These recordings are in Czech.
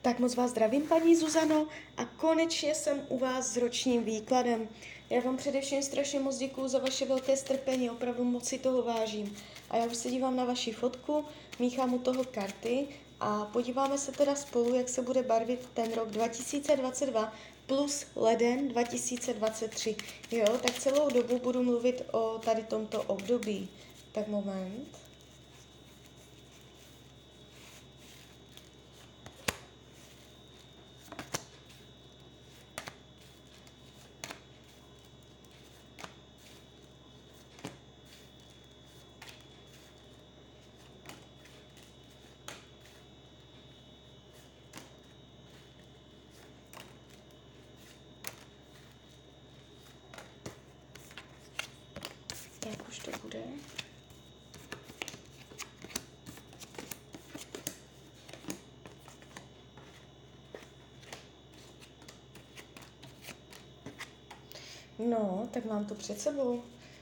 Tak moc vás zdravím, paní Zuzano, a konečně jsem u vás s ročním výkladem. Já vám především strašně moc děkuju za vaše velké strpení, opravdu moc si toho vážím. A já už se dívám na vaši fotku, míchám u toho karty a podíváme se teda spolu, jak se bude barvit ten rok 2022 plus leden 2023. Jo, tak celou dobu budu mluvit o tady tomto období. Tak moment. Tak už to bude. No, tak mám to před sebou.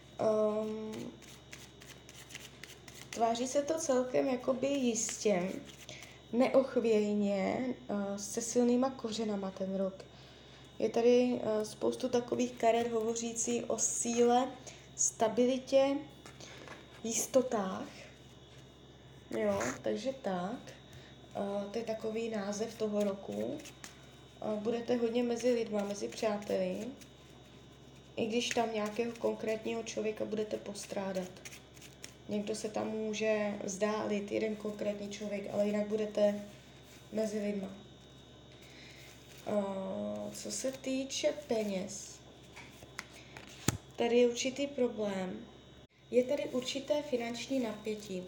Tváří se to celkem jakoby jistě, neochvějně, se silnýma kořenama ten rok. Je tady spoustu takových karet hovořící o síle, stabilitě, jistotách. Jo, takže tak. To je takový název toho roku. Budete hodně mezi lidma, mezi přáteli, i když tam nějakého konkrétního člověka budete postrádat. Někdo se tam může vzdálit, jeden konkrétní člověk, ale jinak budete mezi lidma. Co se týče peněz, tady je určitý problém. Je tady určité finanční napětí.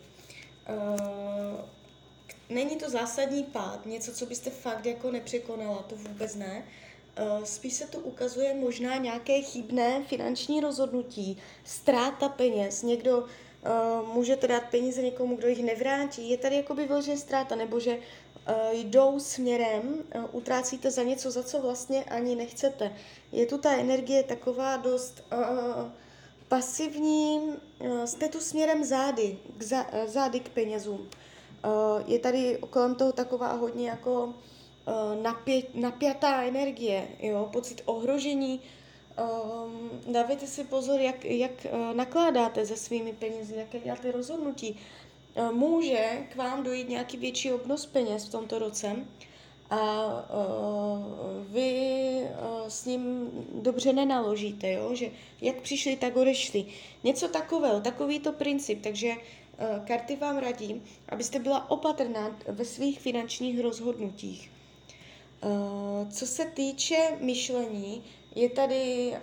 Není to zásadní pád, něco, co byste fakt jako nepřekonala, to vůbec ne. Spíš se tu ukazuje možná nějaké chybné finanční rozhodnutí, ztráta peněz, někdo můžete dát peníze někomu, kdo jich nevrátí, je tady jakoby vyloženě ztráta, nebo že jdou směrem, utrácíte za něco, za co vlastně ani nechcete. Je tu ta energie taková dost pasivní, jste tu směrem zády k penězům. Je tady kolem toho taková hodně jako napjatá energie, jo? Pocit ohrožení. Dávejte si pozor, jak nakládáte se svými penězi, jaké děláte rozhodnutí. Může k vám dojít nějaký větší obnos peněz v tomto roce a vy s ním dobře nenaložíte, jo? Že jak přišli, tak odešli. Něco takového, takovýto princip, takže karty vám radí, abyste byla opatrná ve svých finančních rozhodnutích. Co se týče myšlení, je tady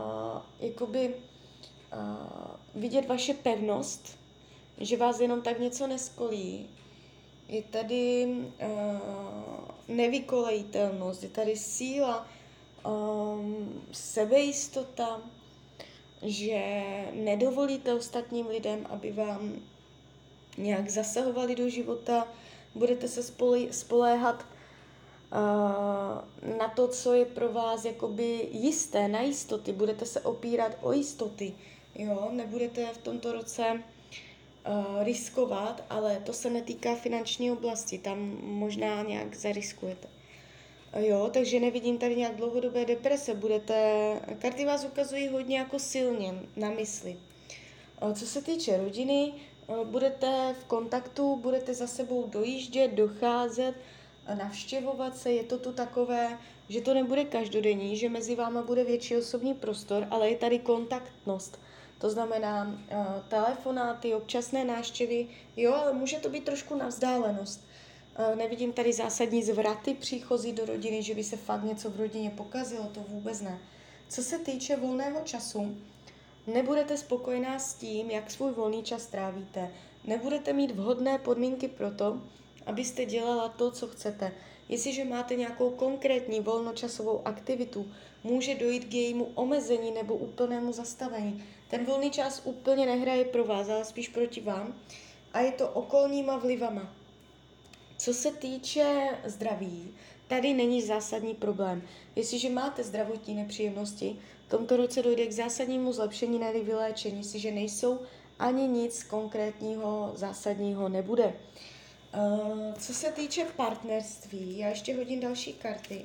vidět vaše pevnost, že vás jenom tak něco neskolí. Je tady nevykolejitelnost, je tady síla, sebejistota, že nedovolíte ostatním lidem, aby vám nějak zasahovali do života, budete se spoléhat na to, co je pro vás jakoby jisté, na jistoty, budete se opírat o jistoty, jo, nebudete v tomto roce riskovat, ale to se netýká finanční oblasti, tam možná nějak zariskujete. Jo, takže nevidím tady nějak dlouhodobé deprese, karty vás ukazují hodně jako silně na mysli. Co se týče rodiny, budete v kontaktu, budete za sebou dojíždět, docházet, navštěvovat se, je to tu takové, že to nebude každodenní, že mezi váma bude větší osobní prostor, ale je tady kontaktnost. To znamená telefonáty, občasné návštěvy, jo, ale může to být trošku na vzdálenost. Nevidím tady zásadní zvraty příchozí do rodiny, že by se fakt něco v rodině pokazilo, to vůbec ne. Co se týče volného času, nebudete spokojená s tím, jak svůj volný čas trávíte. Nebudete mít vhodné podmínky pro to, abyste dělala to, co chcete. Jestliže máte nějakou konkrétní volnočasovou aktivitu, může dojít k jejímu omezení nebo úplnému zastavení. Ten volný čas úplně nehraje pro vás, ale spíš proti vám a je to okolníma vlivama. Co se týče zdraví, tady není zásadní problém. Jestliže máte zdravotní nepříjemnosti, v tomto roce dojde k zásadnímu zlepšení nebo vyléčení, jestliže nejsou, ani nic konkrétního zásadního nebude. Co se týče partnerství, já ještě hodím další karty.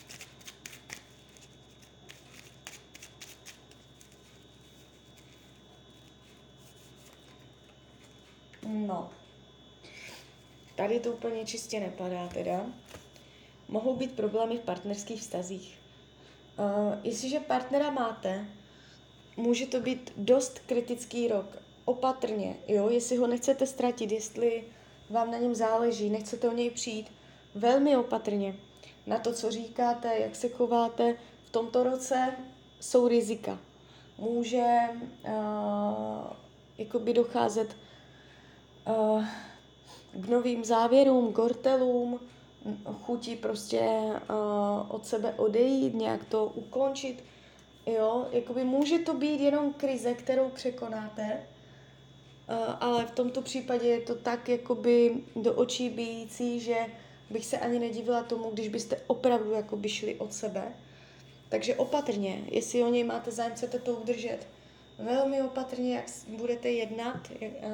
No, tady to úplně čistě nepadá teda. Mohou být problémy v partnerských vztazích. Jestliže partnera máte, může to být dost kritický rok. Opatrně, jo, jestli ho nechcete ztratit, jestli vám na něm záleží, nechcete o něj přijít, velmi opatrně. Na to, co říkáte, jak se chováte, v tomto roce jsou rizika. Může jakoby docházet k novým závěrům, k hortelům, chutí prostě od sebe odejít, nějak to ukončit. Jo, jakoby může to být jenom krize, kterou překonáte, ale v tomto případě je to tak jakoby do očí bijící, že bych se ani nedivila tomu, když byste opravdu jakoby šli od sebe. Takže opatrně, jestli o něj máte zájem, chcete to udržet, velmi opatrně, jak budete jednat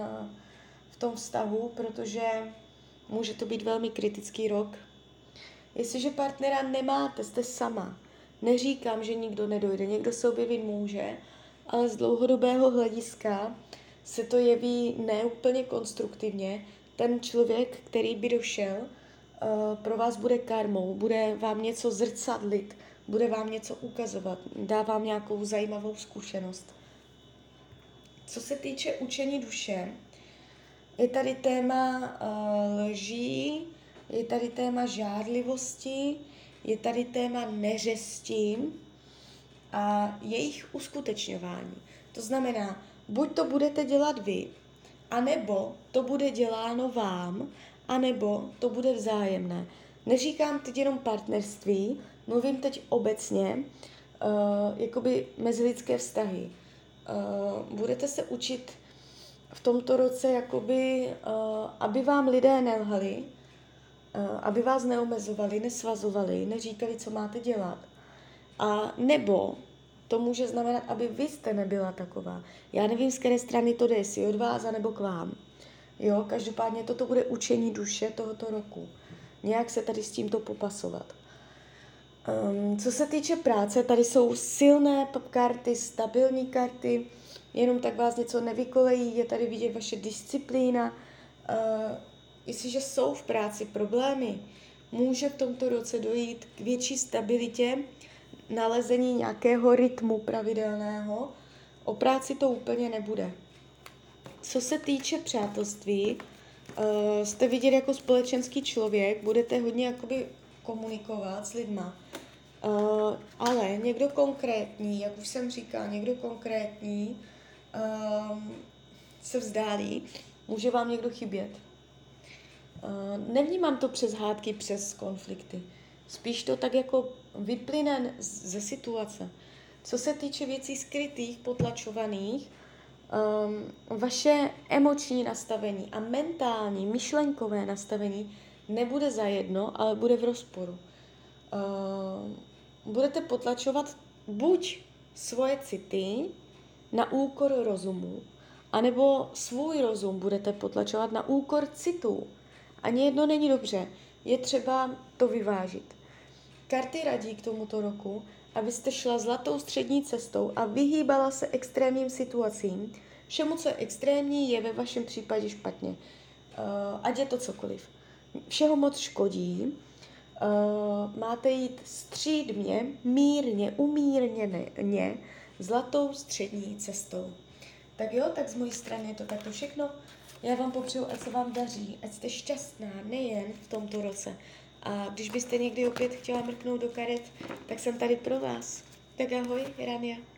v tom vztahu, protože může to být velmi kritický rok. Jestliže partnera nemáte, jste sama. Neříkám, že nikdo nedojde, někdo se objevit může, ale z dlouhodobého hlediska se to jeví neúplně konstruktivně. Ten člověk, který by došel, pro vás bude karmou, bude vám něco zrcadlit, bude vám něco ukazovat, dá vám nějakou zajímavou zkušenost. Co se týče učení duše, je tady téma lží, je tady téma žádlivosti, je tady téma neřesti a jejich uskutečňování. To znamená, buď to budete dělat vy, anebo to bude děláno vám, anebo to bude vzájemné. Neříkám teď jenom partnerství, mluvím teď obecně, jakoby mezilidské vztahy. Budete se učit v tomto roce, jakoby, aby vám lidé nelhali, aby vás neomezovali, nesvazovali, neříkali, co máte dělat. A nebo to může znamenat, aby vy jste nebyla taková. Já nevím, z které strany to jde, jestli od vás, anebo k vám. Jo, každopádně toto bude učení duše tohoto roku. Nějak se tady s tímto popasovat. Co se týče práce, tady jsou silné karty, stabilní karty, jenom tak vás něco nevykolejí, je tady vidět vaše disciplína. Jestliže jsou v práci problémy, může v tomto roce dojít k větší stabilitě, nalezení nějakého rytmu pravidelného. O práci to úplně nebude. Co se týče přátelství, jste vidět jako společenský člověk, budete hodně jakoby komunikovat s lidma, ale někdo konkrétní, jak už jsem říkala, někdo konkrétní se vzdálí, může vám někdo chybět. Nevnímám to přes hádky, přes konflikty. Spíš to tak jako vyplyne ze situace. Co se týče věcí skrytých, potlačovaných, vaše emoční nastavení a mentální, myšlenkové nastavení nebude zajedno, ale bude v rozporu. Budete potlačovat buď svoje city na úkor rozumu, anebo svůj rozum budete potlačovat na úkor citů. Ani jedno není dobře. Je třeba to vyvážit. Karty radí k tomuto roku, abyste šla zlatou střední cestou a vyhýbala se extrémním situacím. Všemu, co je extrémní, je ve vašem případě špatně. Ať je to cokoliv. Všeho moc škodí. Máte jít střídmě, mírně, umírněně, zlatou střední cestou. Tak jo, tak z mojí strany je to takto všechno. Já vám popřeju, ať se vám daří, ať jste šťastná nejen v tomto roce. A když byste někdy opět chtěla mrknout do karet, tak jsem tady pro vás. Tak ahoj, Rania.